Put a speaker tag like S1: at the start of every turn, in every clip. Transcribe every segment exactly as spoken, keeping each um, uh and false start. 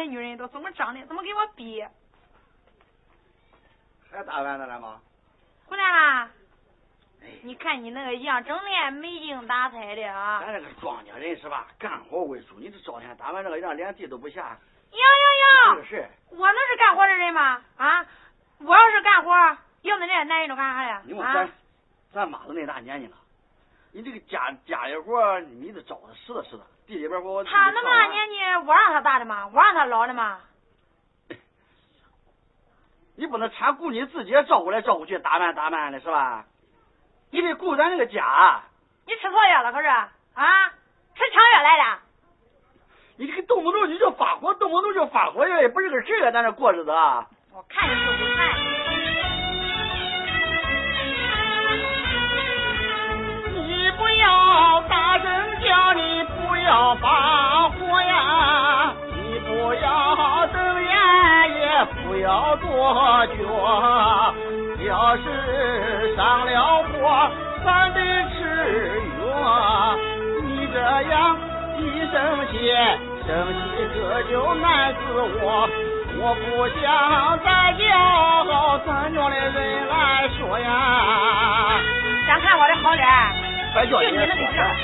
S1: 些女人都怎么长的，怎么给我逼？
S2: 还打扮的了吗？
S1: 回来啦！哎，你看你那个样，整天没精打采的啊！
S2: 咱这个庄稼人是吧，干活为主，你这朝天打扮这个样，连地都不下。
S1: 呀呀呀！
S2: 这个是
S1: 我那是干活的人吗？啊！我要是干活，要那这男人都干啥呀？
S2: 你问咱，咱妈都那大年纪了，你这个家家里活你得找他实的实的，地里边活。
S1: 他那么大年纪，我让他打的吗？我让他捞的吗？
S2: 你不能全顾你自己照顾来照顾去，打扮打扮的是吧？你得顾咱这个家。
S1: 你吃错药了，可是啊？吃强药来的？
S2: 你这个动不动你就发火，动不动就发火，也不是个事啊！咱这过日子啊。
S1: 我看你就不看。
S3: 你不要大声叫，你不要发火呀，你不要瞪眼，也不要跺脚。要是上了火，咱得吃药。你这样一生气，生气这就难死我。我不想再叫咱家的人来说呀。
S1: 想看我的好脸，就你那个劲儿。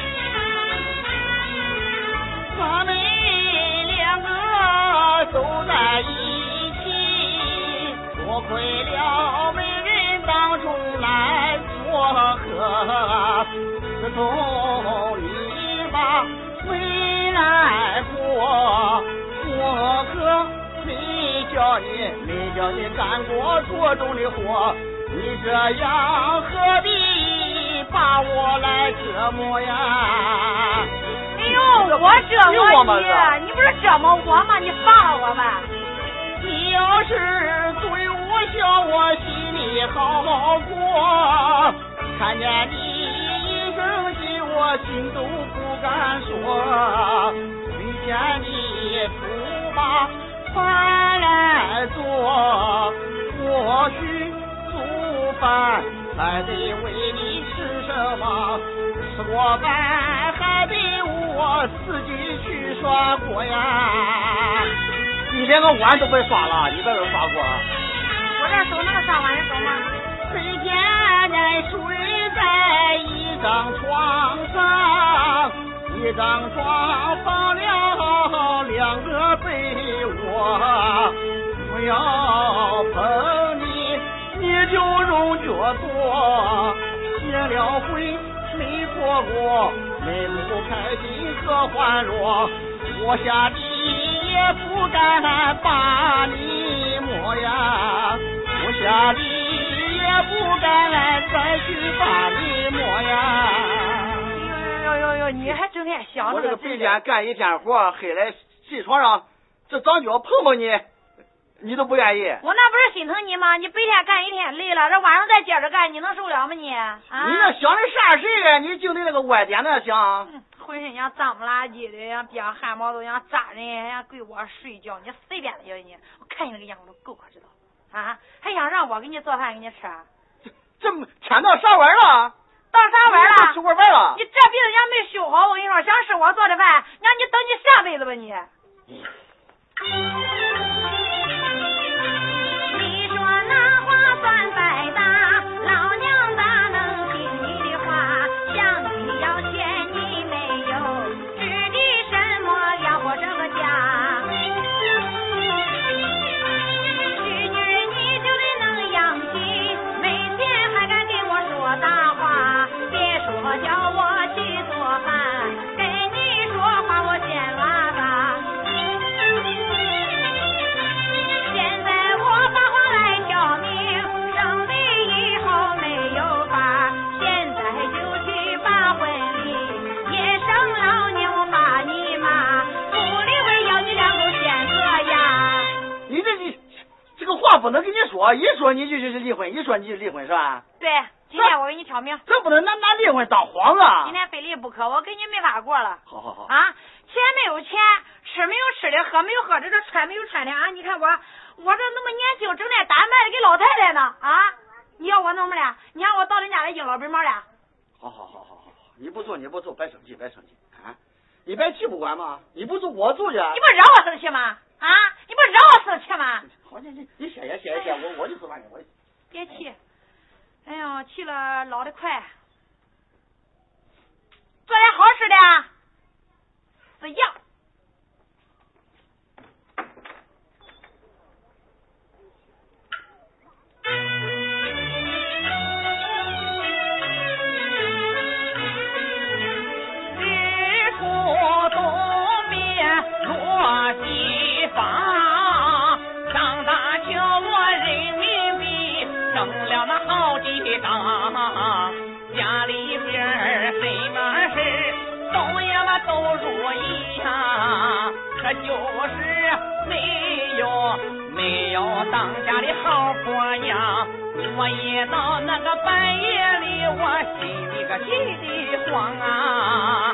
S3: 咱们两个走在一起，多亏了媒人当初来撮合。自从你把回来过，我可没叫你，没叫你干过做中的活，你这样何必把我来折磨呀？
S1: 哎呦，我折磨你，你不是折磨我吗？你放了我吧。
S3: 你要是对我笑，我心里好好过。看见你一生气，我心都不敢说。遇见你不把饭来做，或许煮饭还得为你吃什么，吃过饭还得我自己去刷锅呀。
S2: 你连个碗都别刷了，你在这刷锅？
S1: 我这手那个刷碗的手吗？
S3: 每天在睡在一张床上，一张床放了两个被窝，不要碰你，你就用脚跺。结了婚没过过，没不开心和欢乐，我下地也不敢把你摸呀，我下地也不敢再去把你摸呀。
S1: 呦呦呦呦，你还整天想
S2: 我这个白天干一天活，黑来睡床上，这长脚碰碰你，你都不愿意。
S1: 我那不是心疼你吗？你白天干一天累了，这晚上再接着干，你能受了吗你？啊！
S2: 你那想的啥事啊？你净对那个歪点那想。
S1: 嗯，浑身像脏不拉几的，像边汗毛都像扎人，像给我睡觉，你随便的呀你！我看你那个样子都够可知道啊！还想让我给你做饭给你吃？
S2: 这这天到啥玩意了？
S1: 到啥玩意了？
S2: 吃过饭了？
S1: 你这辈子人没修好，我跟你说，想吃我做的饭，让你等你下辈子吧你。
S4: 你说那话算白搭，老娘咋能听你的话？想你要钱你没有，指的什么养活这个家？侄女你就得能养起，没钱还敢给我说大话，别说叫我去做饭，跟你说话我嫌拉嘎。现在我把话来挑明，生你以后没有法，现在就去把婚礼，也生老娘我把你骂，不离婚要你两口先喝呀。
S2: 你这你这个话不能跟你说，一说你就就是离婚，一说你就离婚是吧？
S1: 对，今天我给你挑明，
S2: 这不能拿拿离婚当幌子。
S1: 今天非离不可，我跟你没法过了。
S2: 好好好
S1: 啊，钱没有钱，吃没有吃的，喝没有喝的，这穿没有穿的啊！你看我，我这那么年轻，整天打扮的给老太太呢啊！你要我弄么了？你让我到人家来硬老白毛了？
S2: 好好好好好，你不做你不做，别生气别生气啊！你别气不管嘛，你不做我做去。
S1: 你不惹我生气吗？ 啊，你不惹我生气吗？
S2: 好，你你你歇歇歇歇，我我就说吧，我
S1: 别气，哎呀，气了老得快，做点好事的，死样。
S3: 家里边什么事都呀嘛都如意呀，可就是没有没有当家的好婆娘。我一到那个半夜里，我心里个急得慌啊。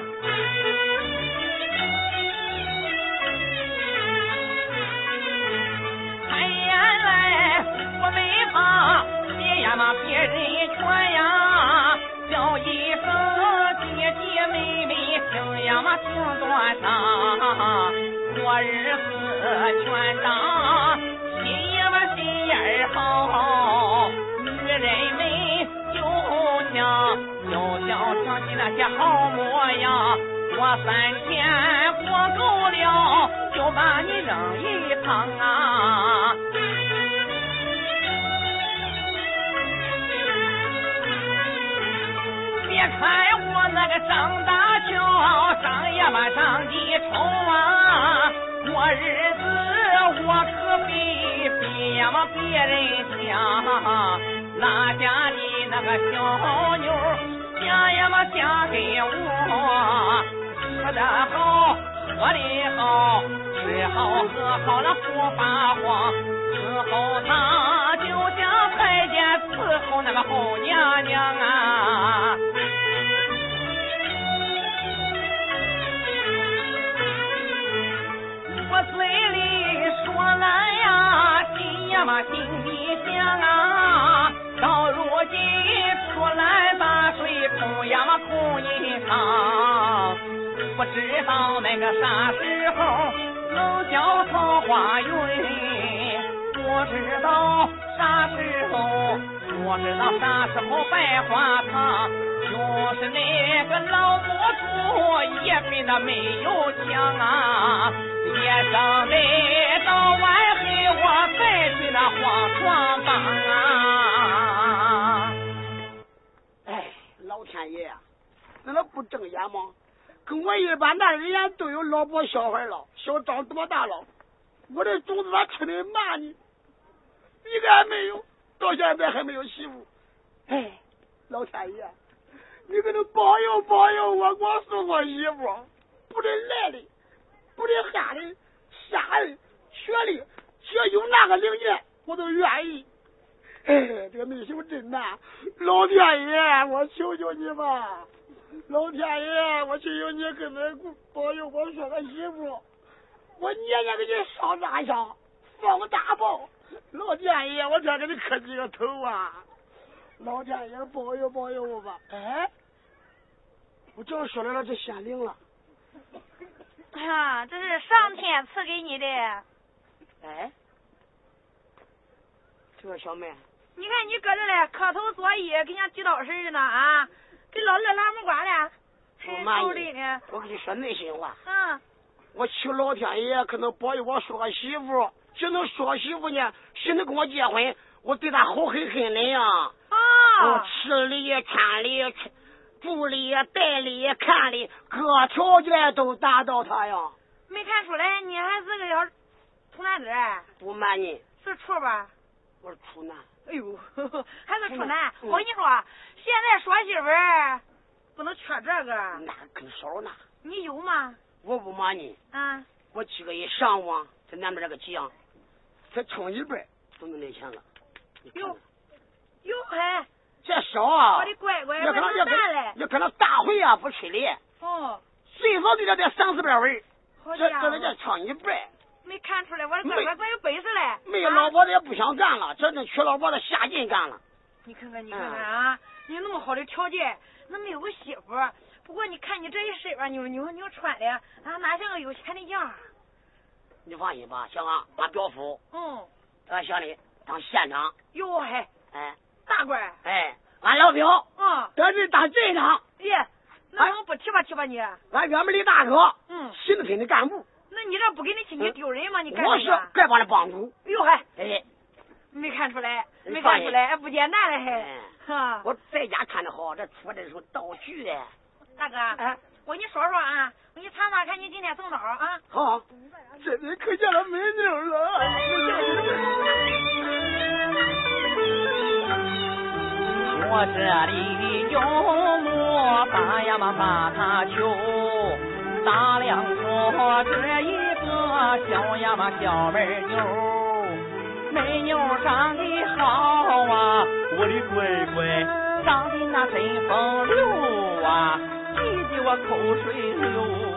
S3: 看眼来我没怕别呀嘛别人劝呀，叫一声姐姐妹妹听呀嘛听多上，过日子全当心呀嘛心眼好，女人们就像就像想起那些好模样，我三天过够了就把你扔一旁啊。别看我那个张大桥上呀嘛上的丑啊，过日子我可比比呀嘛别人强，哪家的那个小妞嫁呀嘛嫁给我，吃得好喝的好，吃好喝好了不发慌，伺候他就像太监伺候那个后娘娘啊。我嘴里说来呀，心呀嘛心里想啊，到如今出来把水空呀嘛空一场，不知道那个啥时候能叫桃花运，不知道啥时候，不知道啥时候百花堂，就是那个老母猪也比那没有强啊。夜上得到晚黑，我再去那黄床帮啊！
S5: 哎，老天爷呀，难道不睁眼吗？跟我一般男人家都有老婆小孩了，小张多大了？我这种子咋吃的慢呢？一个还没有，到现在还没有媳妇。哎，老天爷，你给他保佑保佑我，给我送个媳妇，不得来的。不得汗的、下的、血的，只要有那个零件，我都愿意。哎，这个妹媳妇真难，老天爷，我求求你吧，老天爷，我求求你给他保佑我说个媳妇，我年年给你烧大香，放大炮，老天爷，我再给你磕几个头啊！老天爷保佑保佑我吧！哎，我这样说来了，这显灵了。
S1: 啊，这是上天赐给你的。
S5: 哎，这个小妹，
S1: 你看你搁这嘞，磕头作揖，跟像地道似的呢啊，跟老乐拉木瓜嘞，还手里呢。
S5: 我跟你说内心话。
S1: 嗯。
S5: 我求老天爷可能保佑我说个媳妇，只能说个媳妇呢，谁能跟我结婚，我对他好狠狠的呀。
S1: 哦。
S5: 我吃里穿里住里带里看里各条件都达到他呀。
S1: 没看出来你还是个小处男子。
S5: 不瞒你。
S1: 是处吧？
S5: 我是处男。
S1: 哎呦，呵呵还是处男。
S5: 嗯、
S1: 我跟你说，现在说媳妇儿不能缺这个。
S5: 那更少呢。
S1: 你有吗？
S5: 我不瞒你。
S1: 啊。
S5: 我几个一上网，在南边这个江，才充一半都能来钱了。
S1: 有，有还。
S5: 这少啊！
S1: 我的乖乖，
S5: 要可能要可能要可能大回啊不吹哩。
S1: 哦。
S5: 最少得得三四百位。
S1: 这
S5: 这这叫唱一半。
S1: 没看出来，我这哥哥真有本事嘞。
S5: 没有老婆的也不想干了，真正娶老婆的下劲干了。
S1: 你看看，你看看啊，你有那么好的条件，那没有个媳妇。不过你看你这一身吧，扭扭扭穿的啊，哪像个有钱的样？
S5: 你放心吧，小王，俺表夫，
S1: 嗯，
S5: 俺乡里当县长。
S1: 哟嘿，
S5: 哎，
S1: 大官。
S5: 哎，俺老表，
S1: 嗯，
S5: 得是当镇长。
S1: 耶，那我不提拔提拔你？
S5: 俺原本的大哥，
S1: 嗯，
S5: 行政的干部。
S1: 那你这不给你亲戚丢人吗？你干
S5: 我是该帮他帮助。
S1: 哟嘿，
S5: 哎，
S1: 没看出来，没看出来，不简单了还。哈，
S5: 我在家看的好，这出来的时候道具的。
S1: 大哥，哎，我跟你说说啊，我给你查查看你今天送哪儿啊？
S5: 好，这里可见了美妞了。
S3: 我这里有木大呀嘛大塔球，大两撮这一个小呀嘛小美妞，美妞长得好啊，我的乖乖长得那真风流啊，急得我口水流。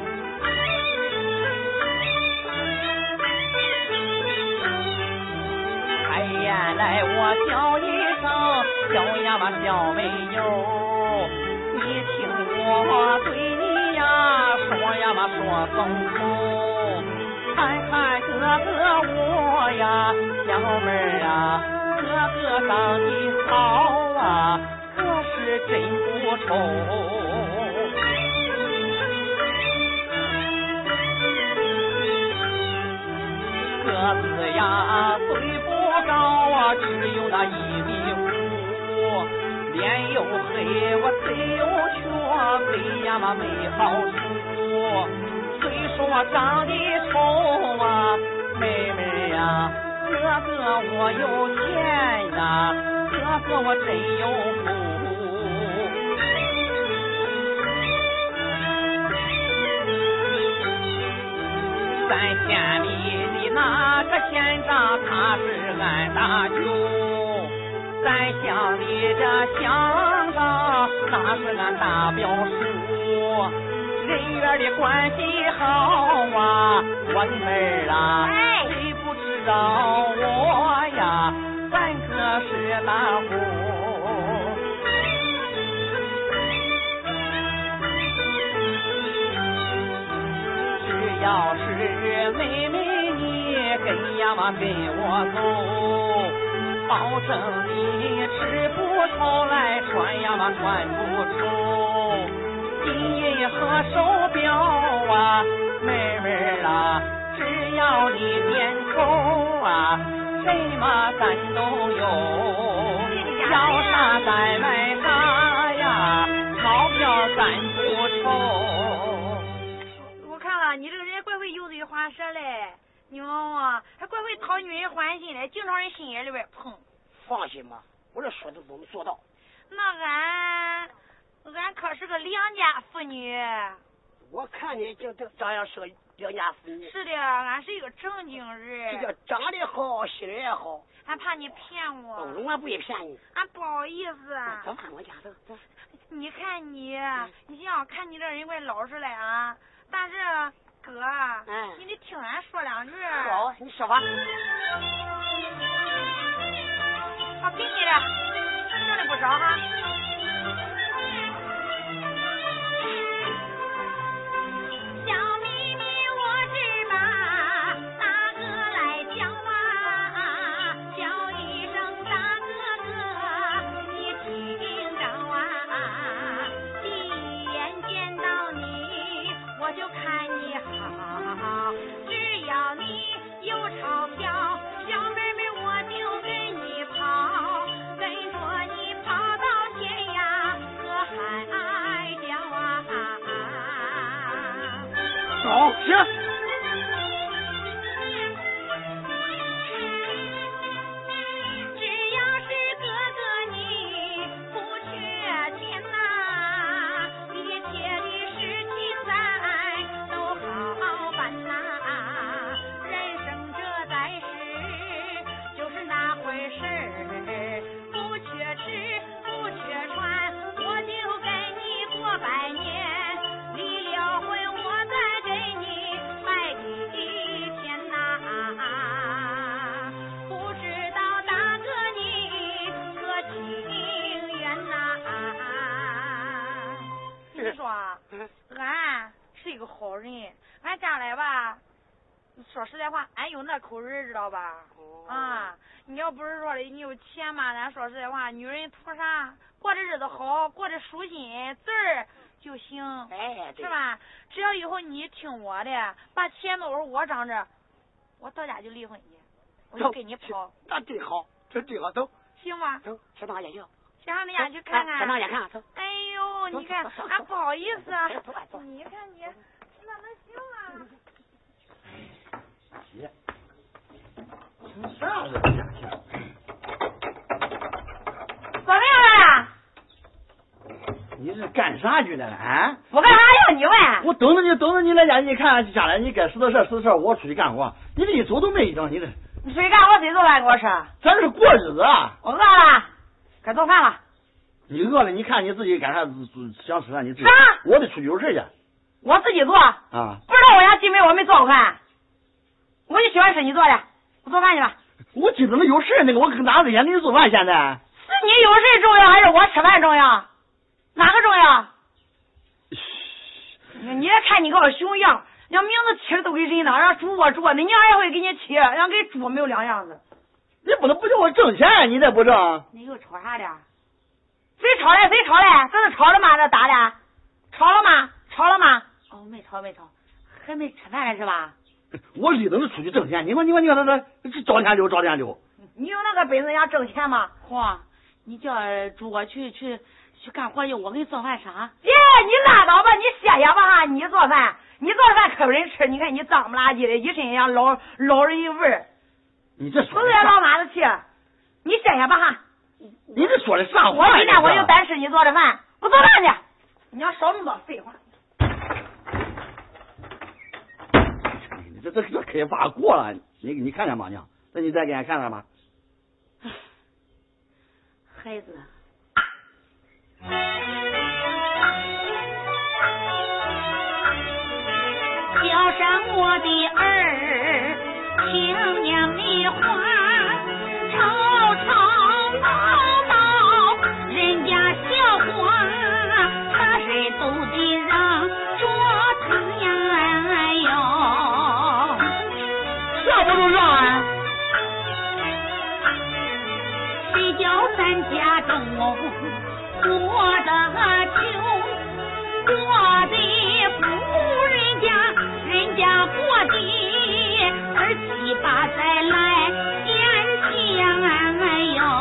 S3: 原来我叫一声小呀嘛小美妞，你听我对你呀说呀嘛说风口，看看哥哥我呀小妹儿啊，哥哥长得好啊，可是真不丑。个子呀虽不高啊，只有那一米五，脸又黑，我嘴又缺，嘴呀嘛没好处。虽说长得丑啊，妹妹呀，哥哥我有钱呐，哥哥我真有福。咱县里的那个县长他是俺大舅，咱乡里的乡长那是俺大表叔，人缘的关系好啊，我的妹儿啊，谁不知道我呀，咱可是大户。要是妹妹你跟呀嘛跟我走，保证你吃不愁来，穿呀嘛穿不愁，金银和手表啊，妹妹啊，只要你点头啊，什么咱都有，要啥咱买啥呀，钞票咱不愁。
S1: 你这个人怪会油嘴滑舌嘞，你问我还怪会讨女人欢心嘞，经常人心眼里边碰。
S5: 放心吧，我这说的都能做到。
S1: 那俺俺可是个良家妇女。
S5: 我看你就这这样是个良家妇女。
S1: 是的，俺是一个正经人。
S5: 这个长得好，心里也好。
S1: 俺怕你骗我。
S5: 哦，俺不会骗你。
S1: 俺不好意思。
S5: 咱看我家走走。
S1: 你看你，你想看你这人怪老实嘞啊！但是哥，
S5: 嗯，
S1: 你得听俺说两句。
S5: 好，你说吧。
S1: 好，给你的，挣的不少哈。
S4: 小秘密我只把大哥来叫啊，叫一声大哥哥，你听着啊，第一眼见到你我就看你好，只要你有钞票，小妹妹我就跟你跑，跟着你跑到天涯和海角啊。
S5: 走，行。
S4: 只要是哥哥你不缺钱呐，一切的事情咱都好办呐。人生这在世就是那回事，不缺吃不缺穿，我就跟你过百年，离了婚我再给你买地田呐。不知道大哥你可情愿呐？
S1: 你说，俺是一个好人，俺将来吧， 说实在话，俺有那口人，知道吧？哦、啊，你要不是说的你有钱嘛，咱说实在话，女人图啥？过的日子好，过得舒心，字儿就行，
S5: 哎，
S1: 是吧？只要以后你听我的，把钱都是我掌着，我到家就离婚去，我就给你跑。
S5: 那真好，这真好，走，
S1: 行吗？
S5: 走，上大家去。
S1: 先上那家去看看。
S5: 上大家看看，走。
S1: 哎呦，你看，俺不好意思啊。你看你，那能行啊？
S2: 姐，成啥了这家庭？
S1: 怎么样了？
S2: 你是干啥去的了啊？
S1: 我干啥要你问？
S2: 我等着你，等着你来家，你看下来，你该死的事死的事，我出去干活。你这一走都没一整，你这。
S1: 你出去干活谁做饭给我吃？
S2: 咱是过日子啊。
S1: 我饿了，该做饭了。
S2: 你饿了，你看你自己干啥想吃啥你自己。
S1: 啥？
S2: 我得出去有事去。
S1: 我自己做。
S2: 啊。
S1: 不知道我家金梅我没做过饭，我就喜欢吃你做的，我做饭去吧。
S2: 我今怎么有事那个我哪子先给你做饭现在？
S1: 是你有事重要还是我吃饭重要？哪个重要？你看你个熊样，连名字起的都给人当，让猪窝猪窝，你娘也会给你起，让给猪没有两样子。
S2: 你不能不叫我挣钱，你再不挣。
S1: 你又吵啥的？谁吵的？谁吵的？这是吵了吗？这打的？吵了吗？吵了吗？哦，没吵没吵，还没吃饭呢是吧？
S2: 我立等着出去挣钱，你说你说你看他这这找钱溜找钱溜。
S1: 你有那个本事想挣钱吗？
S6: 嚯，你叫猪我去去去干活去，我给你做饭吃啊！
S1: 耶，你拉倒吧，你歇歇吧哈，你做饭，你做的饭可有人吃，你看你脏不拉几的，一身像老老人一味儿。
S2: 你这说
S1: 的啥？老妈子气，你歇歇吧哈。
S2: 你这说的啥话？
S1: 我今天我就单吃你做的饭，我做饭去。你要少那么多废话。
S2: 这这这开发过了，你你看见吗娘？那你再给俺看看吧。
S6: 孩子，
S4: 叫上我的儿，听娘的话，吵吵闹闹，人家笑话，他谁都得让着他呀哟。
S2: 啥不都让啊？
S4: 谁叫咱家中过得穷，过得富，人家人家过的儿媳妇再来嫌钱哟。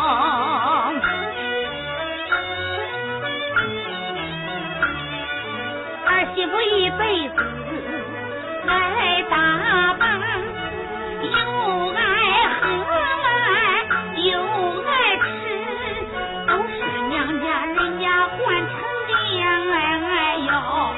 S4: 儿媳妇一辈子爱打扮，又爱喝爱又爱吃，都是娘家人家换成的呀哟。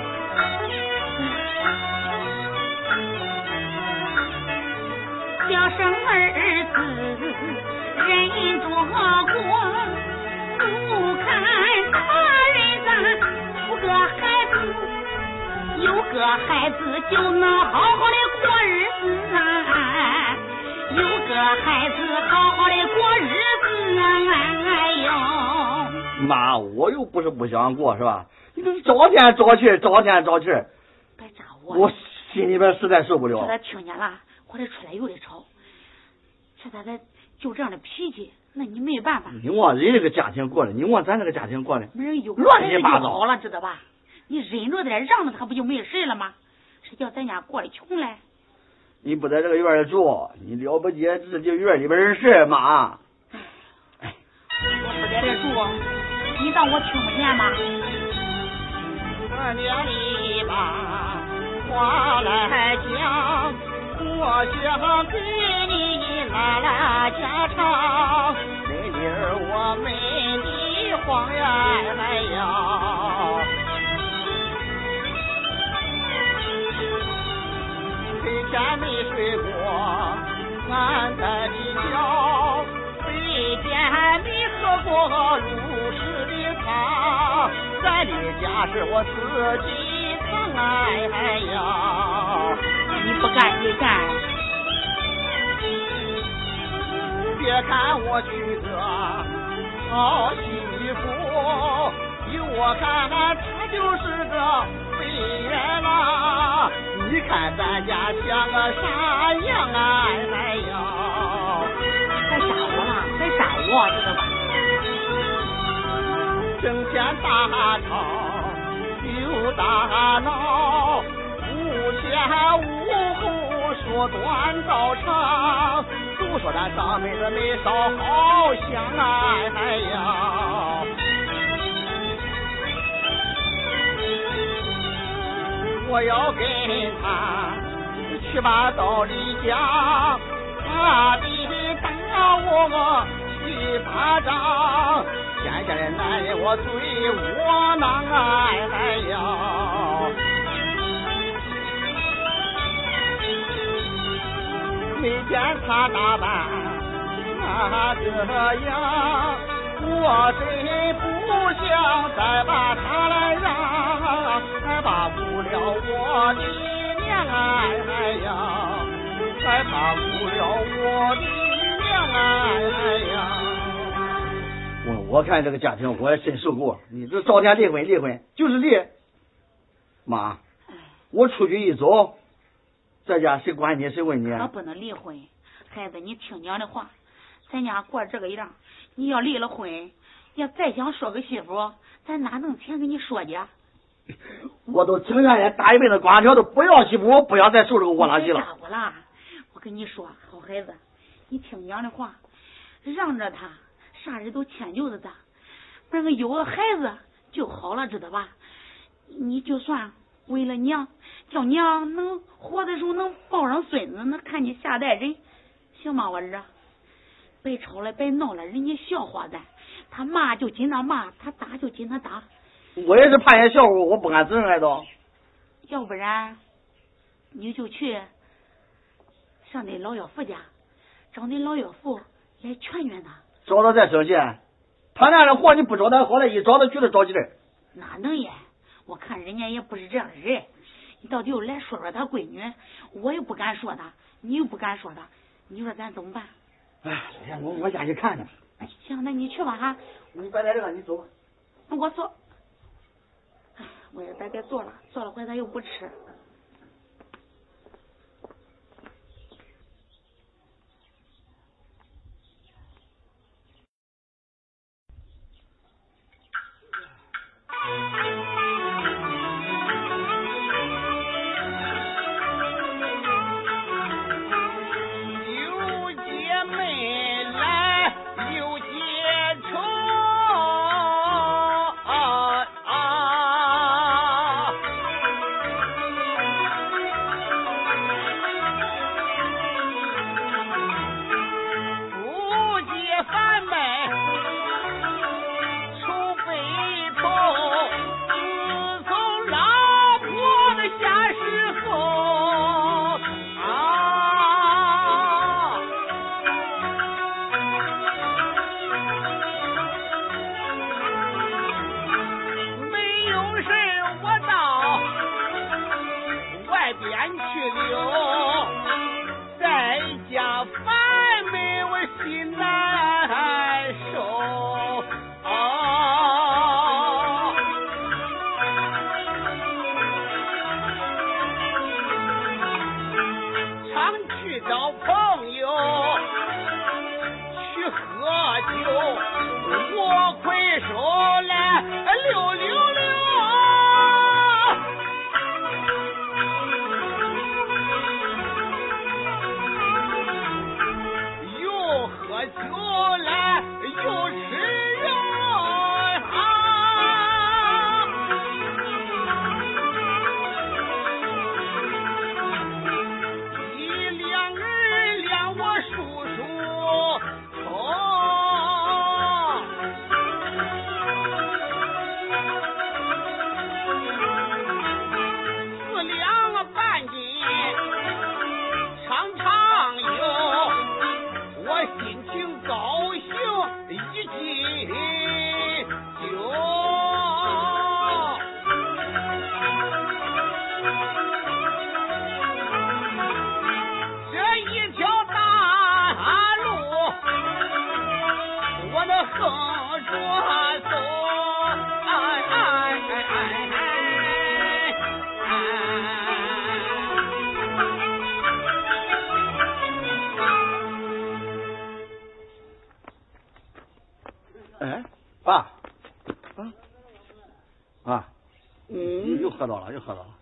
S4: 叫声儿子忍着过，不看他人咱出个孩子，有个孩子就能好好的过日子啊，有个孩子好好的过日子啊，哎呦。
S2: 妈，我又不是不想过是吧？你这是找天找气，找天找气。
S6: 别扎我。
S2: 我心里边实在受不了。
S6: 这他听见了，我得出来又得吵。这他他就这样的脾气，那你没办法。
S2: 你往人这个家庭过来，你往咱这个家庭过来，
S6: 没人有
S2: 乱七八糟
S6: 好了，知道吧？你忍着点，让着他不就没事了吗？谁叫咱家过得穷嘞？
S2: 你不在这个院里住，你了不解这这院里边的事妈。
S6: 哎，我不在这住，你当我听不见吗？
S3: 二娘你把话来讲，我想给你拉拉家常，那地儿我没你慌呀哎呀。黑天没睡过，俺在的觉，白天没喝过卤食的汤，咱的家是我自己扛哎呀。
S6: 你不干谁干？
S3: 别看我娶个好媳妇，依我看他就是个废人啦。你你看咱家像个啥样啊？哎呀，
S6: 还杀我了，还杀我，知道吧？
S3: 整天大吵又大闹，无前无后说短道长，都说咱上辈子没烧好香啊！哎呀，我要跟他去把道理讲，他得打我个七巴掌。天下的男人我最窝囊啊！哎呀，每天他打扮那这样，我真不想再把他来让，还把不了我的娘啊！哎呀，还把不了我的娘啊！哎呀。
S2: 我我看这个家庭我也真受够了，你这早点离婚离婚就是离。妈，我出去一走，在家谁管你谁问你？
S6: 我不能离婚，孩子，你听娘的话，咱家过这个样，你要离了婚，要再想说个媳妇，咱哪能钱给你说去？
S2: 我都情愿打一辈子光条都不要媳妇，我不想再受这个窝囊气了。
S6: 我了，我跟你说，好孩子，你听娘的话，让着他。啥人都迁就着他，那个有个孩子就好了，知道吧？你就算为了娘，叫娘能活的时候能抱上孙子，能看见下代人，行吗？我儿子，别吵了，别闹了，人家笑话咱，他骂就尽他骂，他打就尽他打。
S2: 我也是怕人笑话，我不敢责任来着。
S6: 要不然，你就去上那老岳父家，找那老岳父来劝劝他。
S2: 找他再生气，他那样活你不找他好了，一找他去了着急人。
S6: 哪能呀？我看人家也不是这样的人。你到底又来说说他闺女，我又不敢说他，你又不敢说他，你说咱怎么办？
S2: 哎，我我下去看看。
S6: 哎，行，那你去吧哈。
S2: 你别在这个，你走吧。
S6: 我坐。哎，我也别给做了，做了回他又不吃。
S2: 啊，
S5: 嗯，
S2: 又喝到了，又喝到了。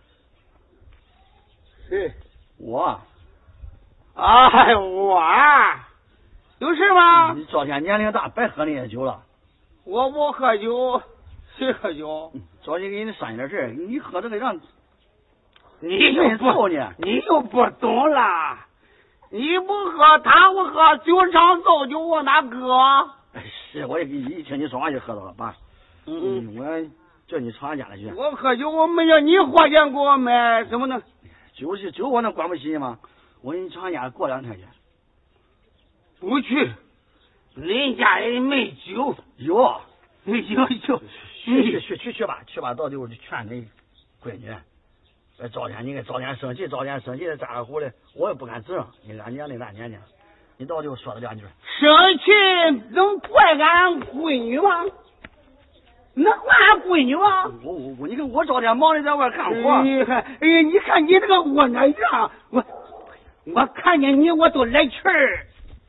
S5: 谁？
S2: 我。
S5: 哎，我有事吗？
S2: 你赵天年龄大，别喝那些酒了。
S5: 我不喝酒，谁喝酒？
S2: 着急给你商量点事，你喝这个让，
S5: 你又不
S2: 呢？
S5: 你又不懂啦！你不喝，他不喝，酒厂造酒往哪搁？
S2: 哎，是，我一一听你说话就喝到了，爸。嗯，我叫你上俺家里去。
S5: 我喝酒，我没叫你花钱给我买，怎么能？
S2: 酒是酒，我能管不起你吗？我给你上俺家过两天去。
S5: 不去，人家人没酒。
S2: 有，
S5: 没酒就
S2: 去去去去去吧，去吧，到地方去劝你闺女。别早天你给早天生气，早天生气的咋个胡的，我也不敢整。你俺娘的俺娘的，你到地方说了两句。
S5: 生气能怪俺闺女吗？能怪俺闺女吗？
S2: 我我我，你看我早天忙的在外干活。
S5: 你看，哎呀，你看你这个窝囊样，我我看见你我都来气儿。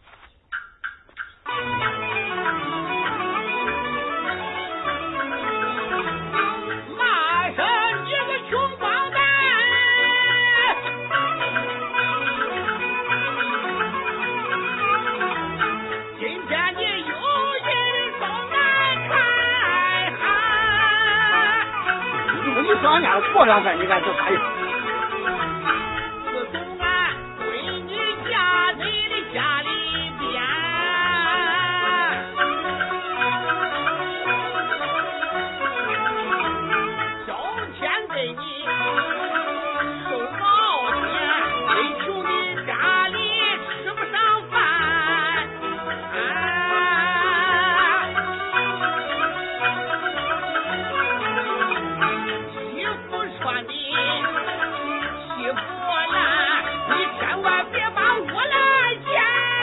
S3: 骂声你个穷光蛋！今天你有人都难看。
S2: 我你上俺家过两天，你看这啥意思？
S3: 自从俺闺女嫁在你家里边，交钱给你收毛钱，为求你家里吃不上饭。啊，衣服穿的西服烂，你千万别把我来见。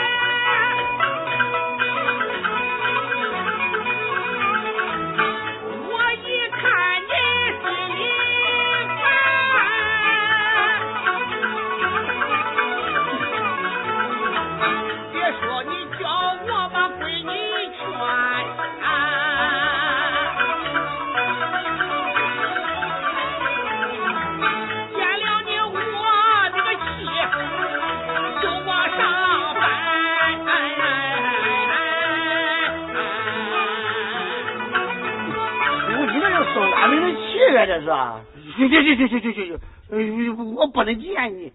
S3: 我一看你心里烦，别说你叫我把闺女劝。见了你我这个气就往上翻。
S2: 我你这就生哪门的气啊？这是？
S5: 去去去去去去去！呃，我不能见你。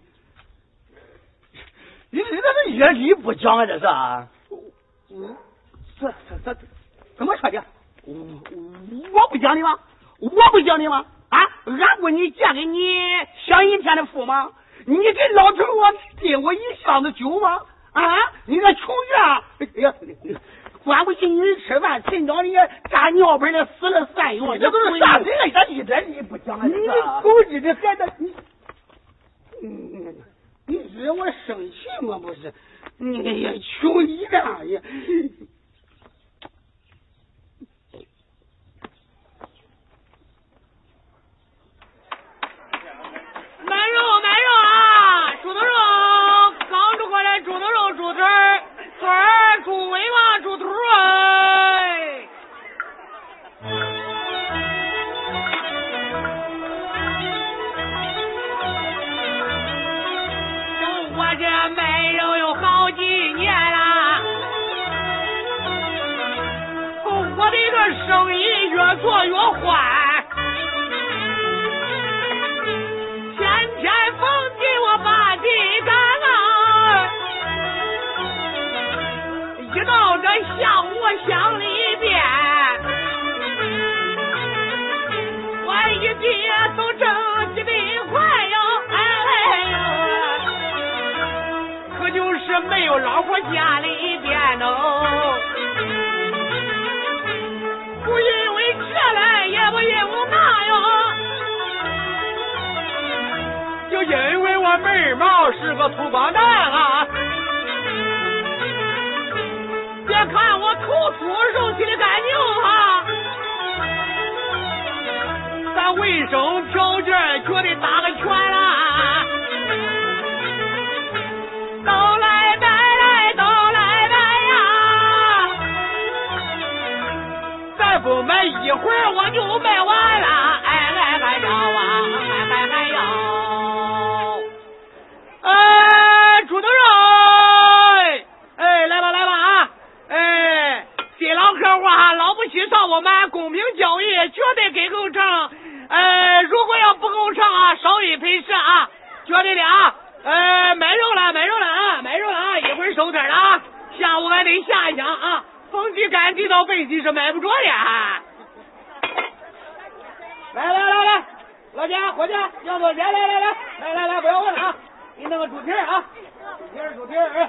S2: 你这这是乐理不讲啊？这是？
S5: 我这这这怎么说的？我我不讲理吗？我不讲理吗？啊，俺闺女嫁给你享一天的福吗？你给老头我给我一箱子酒吗？啊，你个穷样！哎呀，管不起你吃饭，趁着你扎尿盆的死了三月，
S2: 这都是啥人啊？这一点你不讲啊？
S5: 你狗日的孩子，你，嗯，你惹我生气吗？不是，你呀，穷一样呀！
S3: 买肉买肉啊！猪头肉刚煮过来，猪头肉、猪腿儿、腿儿、猪尾巴、猪肚哎！我这卖肉有好几年了，我的这生意越做越坏。逢给我把地干啊！一到这下午乡里边，我一爹都挣几百块哟！哎呦，可就是没有老婆家里边哦，不因为这来，也不因为那哟。就因为我妹毛是个土光蛋啊！别看我口粗肉体的干净啊，咱卫生条件绝对打个全啦！都来来来，都来来呀！再不买一会儿我就卖完了，哎哎还要啊，哎哎还要。哎，猪头肉，哎，来吧来吧啊，哎，新老客户啊，老不惜上我们公平交易，绝对给够成。呃，如果要不够成啊，稍微赔十啊，绝对的啊。呃，买肉了买肉了啊，买肉了啊，一会儿收摊了啊，下午还得下一箱啊，风机干地到背机是买不着的啊。来来来来，老贾伙计，要多少钱？来来来来来来，不要问了啊，你弄个猪蹄儿啊，猪蹄儿猪蹄儿。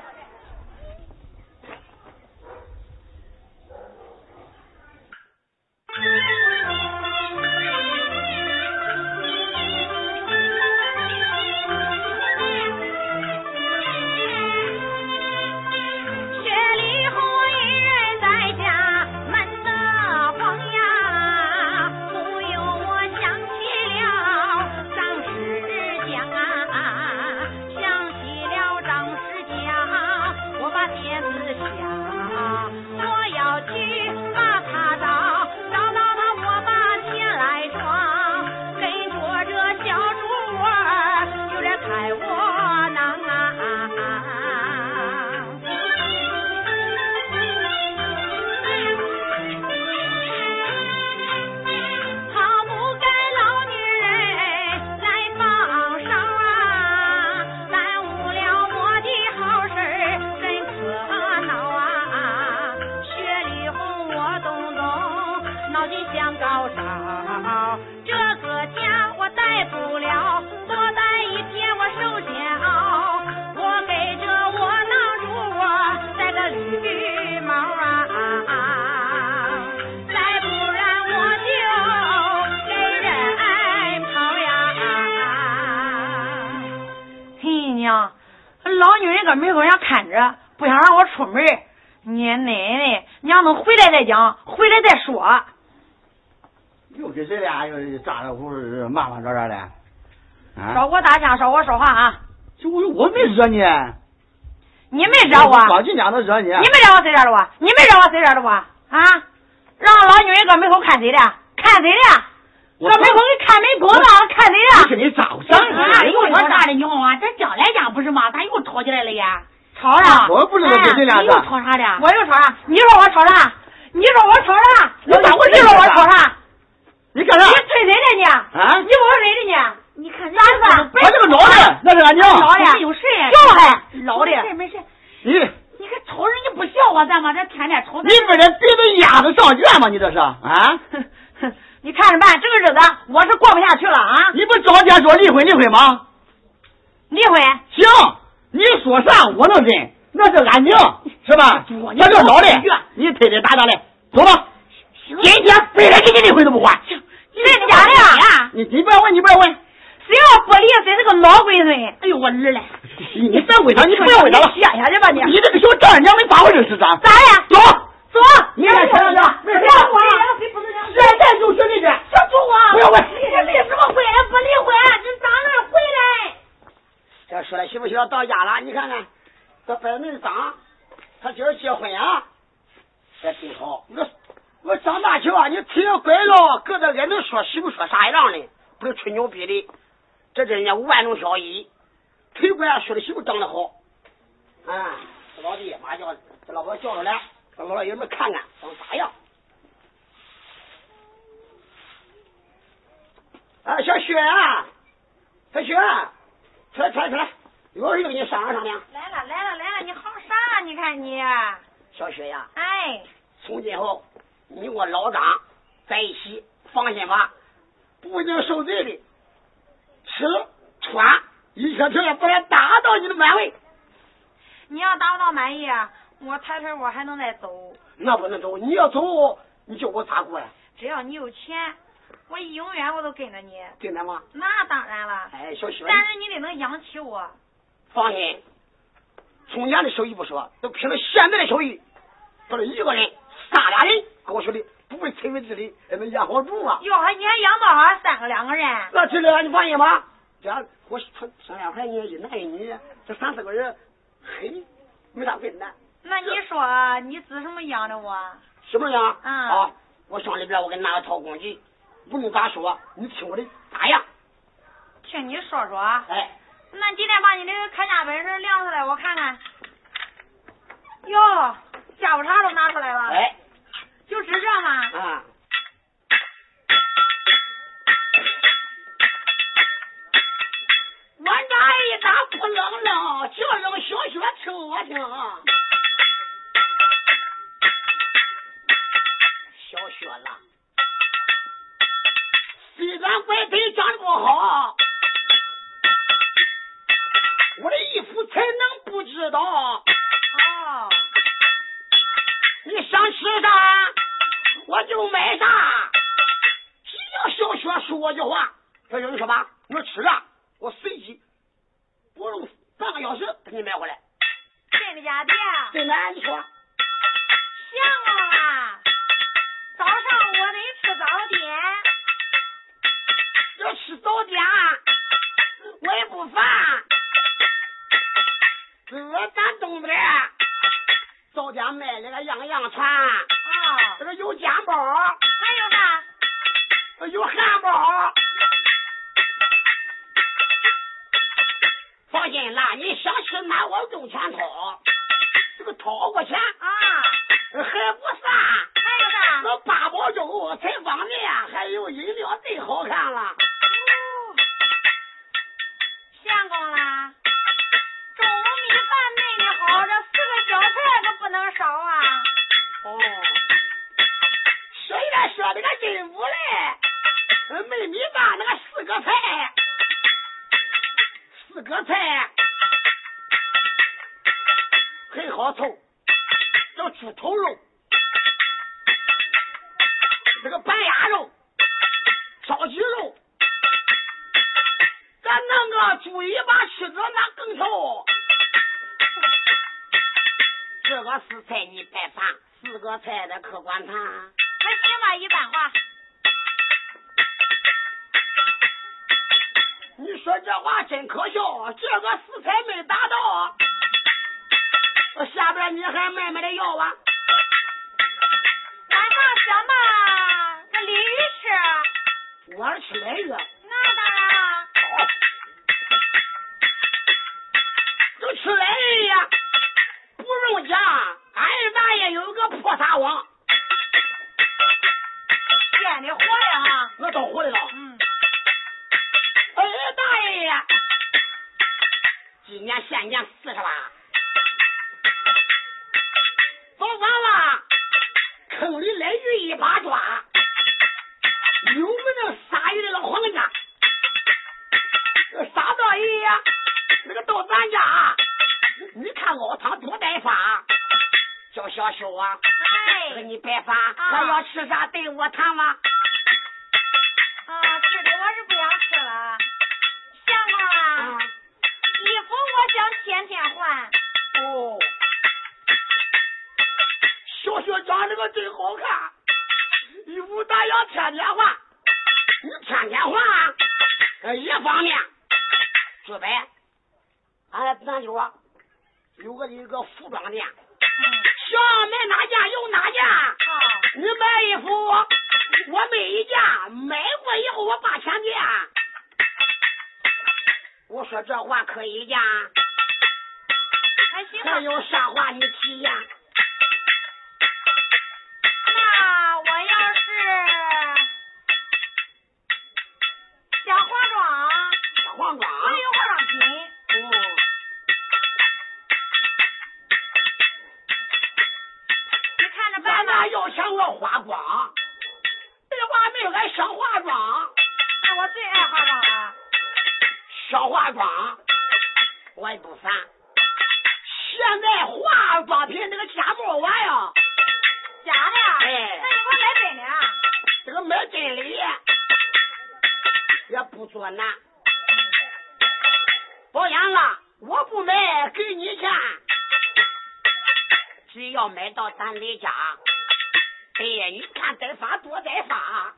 S1: 老女人搁门口上看着，不想让我出门。你奶奶，娘等回来再讲，回来再说。
S2: 又跟谁俩又咋着呼骂骂喳喳的？啊！
S1: 少给我打枪，少给我说话啊！
S2: 就我我没惹你，
S1: 你没惹我，
S2: 光进家都惹你。你
S1: 没惹我，谁惹的我？你没惹我，谁惹的我？啊！让老女人搁门口看谁的？看谁的？搁门口给看门狗呢？看谁的？
S2: 你跟你咋回事？
S6: 哪有我啥的娘啊？这将来讲不是吗？咋又吵起来了呀？
S1: 吵啥？
S2: 我不知道跟谁俩
S6: 你又吵啥的？
S1: 我又吵啥？你说我吵啥？你说我吵啥？我咋会？你说我吵啥？
S2: 你干啥？
S1: 你推谁的你？
S2: 啊！
S1: 你问我谁的你？
S6: 你看
S1: 咋子？
S2: 我这个老的，那是俺娘。
S1: 老的
S6: 有事？
S1: 叫还老的？
S6: 没事没事。
S2: 你
S6: 你可吵人，你不笑话咱吗？这天天吵。
S2: 你不是别的鸭子上卷吗？你这是啊？
S1: 你看着办，这个日子我是过不下去了啊！
S2: 你不早点说离婚离婚吗？
S1: 离婚
S2: 行，你说啥我能认，那是俺娘是吧？他这老的，你推推打打的，走吧。今天非得给你离婚都不换。
S1: 谁的家的呀？
S2: 你你不要问，你不要问。
S1: 谁要不离，谁是个老龟孙。
S6: 哎呦，我儿嘞！
S2: 你你别问他，你不要问他了。
S1: 歇下去吧你。
S2: 你这个小丈人娘没发过这是啥？
S1: 咋的？
S2: 走
S1: 走。
S2: 你来瞧瞧瞧。不要
S1: 我。
S2: 现在就去那边。
S1: 小猪啊！
S2: 不要问。
S1: 你离什么婚？不离婚，你当然回来。
S5: 这说来媳妇媳妇到家了，你看看，这摆那脏，他今儿结婚啊，这挺好。我我张大球啊，你听乖了，搁这挨能说媳妇说啥样的，不是吹牛逼的，这是人家万中小一。推乖说的媳妇长得好，啊，这老弟马叫这老婆叫出来，让老爷们看看长啥样。啊，小雪啊，小雪，出来出来出来，有人给你商量商量。
S1: 来了来了来了，你好啥？你看你。
S5: 小雪呀，
S1: 哎，
S5: 从今后你我老张在一起，放心吧，不经受罪的，吃穿一切条件把它达到你的满意。
S1: 你要达不到满意，我抬腿我还能再走。
S5: 那不能走，你要走，你叫我咋过呀？
S1: 只要你有钱。我永远我都跟着你，
S5: 真的吗？
S1: 那当然了。
S5: 哎，小雪，
S1: 但是你得能养起我。
S5: 放心，从前的手艺不说，都凭着现在的手艺，都是一个人、仨俩人，高兄弟不会摧毁自己，也能养活住啊。
S1: 哟，你还养多少？三个两个人？
S5: 那这个你放心吧，这样我生生两孩呢，一男一女，这三四个人，嘿，没啥困难。
S1: 那你说你指什么养的我？
S5: 什么样？
S1: 嗯。
S5: 啊，我生厂里边我给你拿个套工具，不能咋说，你听我的打样。
S1: 听你说说。
S5: 哎，
S1: 那今天把你的看家本事亮出来，我看看。哟，下午茶都拿出来了。
S5: 哎，
S1: 就指这吗？
S5: 啊。晚上一打不冷冷，叫冷小雪听我听。小雪了，虽然怪腿长得不好，我的衣服才能不知道。
S1: 哦，
S5: 你想吃啥我就买啥，只要小雪说我句话，这有人说吧，你说吃啥我随机不用半个小时给你买回来。
S1: 真的假的？
S5: 真的，你说。
S1: 相公啊，早上我得吃早点。
S5: 要吃早点我也不烦。这咱东边早点卖那个样样串。
S1: 哦，
S5: 这个有煎包。
S1: 还有啥？
S5: 有汉堡。放心啦，你想吃哪我用钱掏，这个掏过钱
S1: 啊，
S5: 还不算。
S1: 还有啥？
S5: 那八宝粥才方便，还有饮料最好看了。
S1: 哦，相公啦，中午米饭焖的好，这四个小菜可不能少啊。
S5: 哦，谁来说这个进屋嘞？焖米饭那个四个菜。四个菜很好凑，这猪头肉，这个白鸭肉，烧鸡肉，咱弄个猪尾巴吃着那更凑。这个四菜你别烦，四个菜的可管谈。
S1: 还行吧，一般化。
S5: 你说这话真可笑，这个四菜没达到，下边你还卖没得药啊？
S1: 晚上想吧，这鲤鱼吃。
S5: 我吃鲤鱼。
S1: 那当然了。
S5: 好，就吃鲤鱼呀，不用讲，俺二大爷有个破撒网，
S1: 煎的活的哈。
S5: 那倒活的了。
S1: 嗯。
S5: 二大爷呀，今年现年四十八，早晚了，坑里来鱼一把抓，有没能杀鱼的老黄家，杀到鱼呀，那个到咱家，你看熬汤多带法，叫小秀啊，
S1: 哎，
S5: 你别烦，我要吃啥对我谈吧。
S1: 啊，吃的我是不想吃了。相公啊，
S5: 啊
S1: 衣服我想天天换。
S5: 哦，小学长这个真好看，衣服咱要天天换，你天天换，呃，一方面，朱白，俺咱就说有个一个服装店，想买哪件有哪件，
S1: 哦，
S5: 你买衣服我买一件，买过以后我把钱垫。我说这话可以讲，
S1: 还行吧。
S5: 还有啥话你提呀？
S1: 那我要是想化妆，
S5: 化妆，
S1: 我有化妆品。
S5: 哦，
S1: 你看着办吧。
S5: 咱俩要想我化妆，这话没俺想化妆，
S1: 那我最爱化妆了。
S5: 想化妆我也不烦。现在化妆品那个价目玩呀，
S1: 假的？
S5: 哎
S1: 那你给我买真的啊？
S5: 这个买真理也不做难。保养了，我不买给你钱，只要买到咱李家，哎呀，你看再发多再发。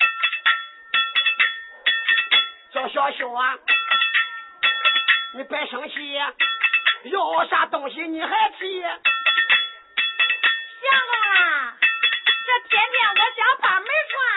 S5: 叫小秀啊，你别生气，有啥东西你还提？
S1: 相公啊，这天天我想把门串，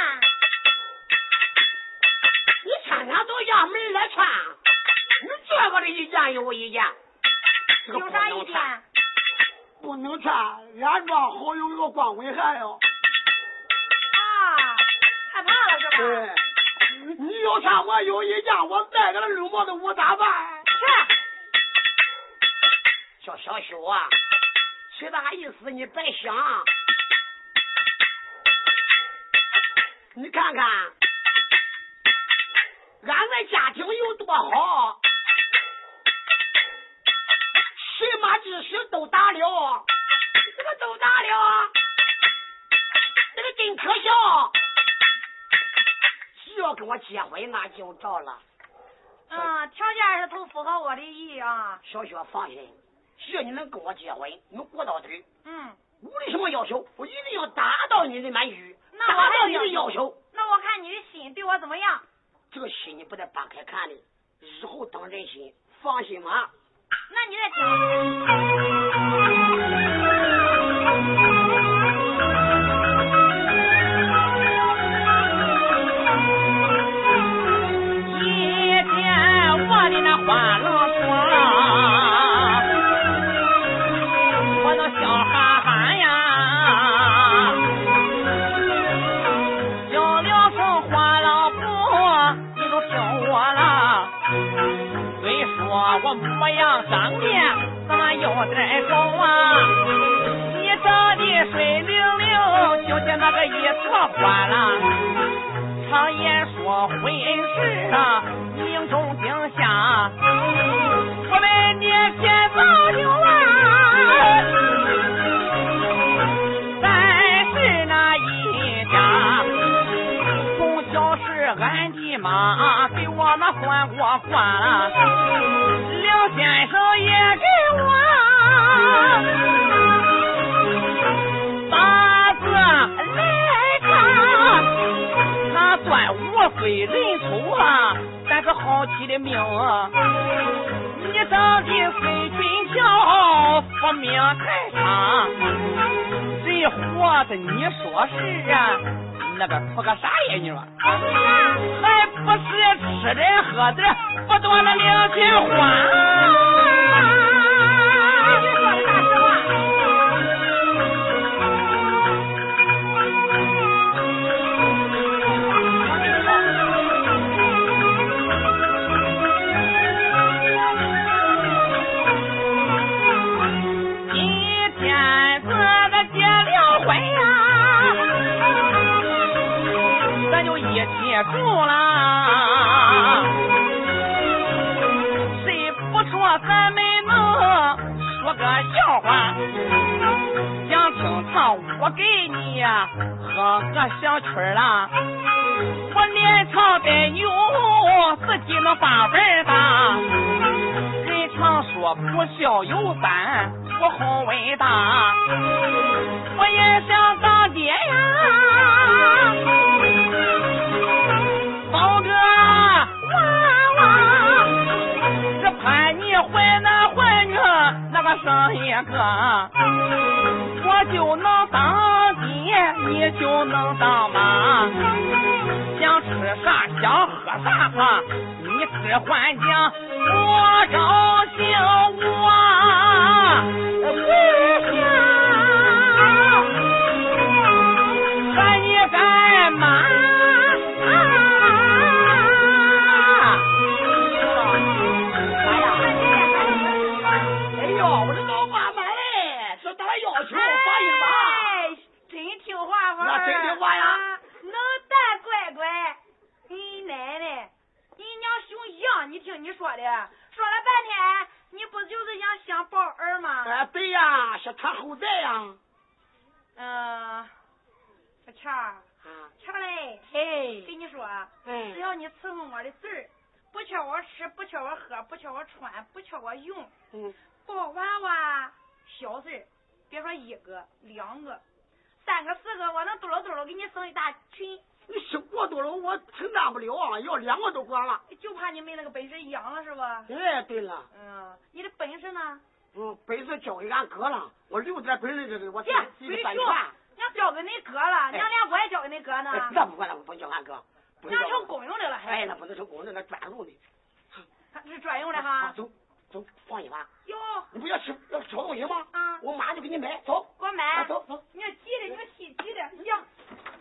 S3: 有意见。
S1: 有啥意见？
S5: 不能劝，俺庄好有一个光棍汉哟。
S1: 啊，害怕了是吧？
S5: 对。你要劝我有意见，我再给他绿帽子我咋办？
S1: 是。
S3: 小小秀啊，其他意思你别想。你看看，俺们家庭有多好，谁妈之时都打了，这个都打了，这个真可笑。只要跟我结婚，那就着了。
S1: 嗯，条件是都符合我的意啊。
S3: 小雪放心，只要你能跟我结婚，能过到底。
S1: 嗯。
S3: 无论什么要求，我一定要达到你的满许，
S1: 那我
S3: 达到你的要求。
S1: 那我看你的心对我怎么样？
S3: 这个心你不得掰开看的，日后当真心，放心吧。
S1: 那你再听。
S3: 一天我的那花郎说，我那笑哈哈呀，叫了声花老婆，你都听我了。虽说我模样长得怎么有点丑啊，你长得水灵灵，就像那个一朵花郎。常言说婚事啊，命中定下，我们年前早就啊，咱是那一家，从小是俺的妈给我们还过话，刘先生也给我八字来看，他算五岁人丑啊，但是好气的命啊，你长得虽俊俏，福命太差，人活的你说是啊，那个图个啥呀？你说还不是吃的喝的不断的零钱花。
S1: 你说的大实话。
S3: 今天这个结了婚呀，咱就一起住了。谁不说咱们能说个笑话？想听唱，我给你呀喝个小曲儿啦。我连唱带扭，自己能把味大。人常说不孝有三，我好伟大。我也想当爹呀，抱个娃娃，这盼你怀男怀女，那个生一个，我就能当爹，你就能当妈。想吃啥想喝啥哈，你只管讲，我高兴我不想把你干嘛？哎呦，我这老妈妈嘞，这当要求，放心吧。
S1: 哎，真听话话。
S3: 那真听话呀。
S1: 能蛋乖乖，你奶奶，你娘熊样，你听你说的，说了半天，你不就是想想抱儿吗？
S5: 哎，对呀，是他后代呀。
S1: 嗯，小倩儿，倩儿嘞，
S3: 嘿，
S1: 跟你说，
S3: 嗯
S1: 只要你伺候我的字儿，不缺我吃，不缺我喝，不缺我穿，不缺我用，
S3: 嗯，
S1: 抱娃娃小事儿，别说一个、两个、三个、四个，我能嘟噜嘟噜给你生一大群。
S5: 你生过多了，我承担不了啊，要两个都管了。
S1: 就怕你没那个本事养了是吧？
S5: 哎，对了，
S1: 嗯，你的本事呢？
S5: 嗯，本事交给俺哥了，我留点本事这我自
S1: 这
S5: 己办
S1: 不用，娘交给你哥了，娘连我也交给你哥呢。
S5: 哎，那不管了，我不交俺哥。
S1: 娘成公用的了还。
S5: 哎，那不能成公用的，那专用的。
S1: 是专用的哈。
S5: 走， 走，放心吧。
S1: 哟，
S5: 你不要吃要吃东西吗？
S1: 啊，
S5: 我马上就给你买，走。
S1: 给我买。
S5: 啊、走走。
S1: 你要急的，你要急急的，行。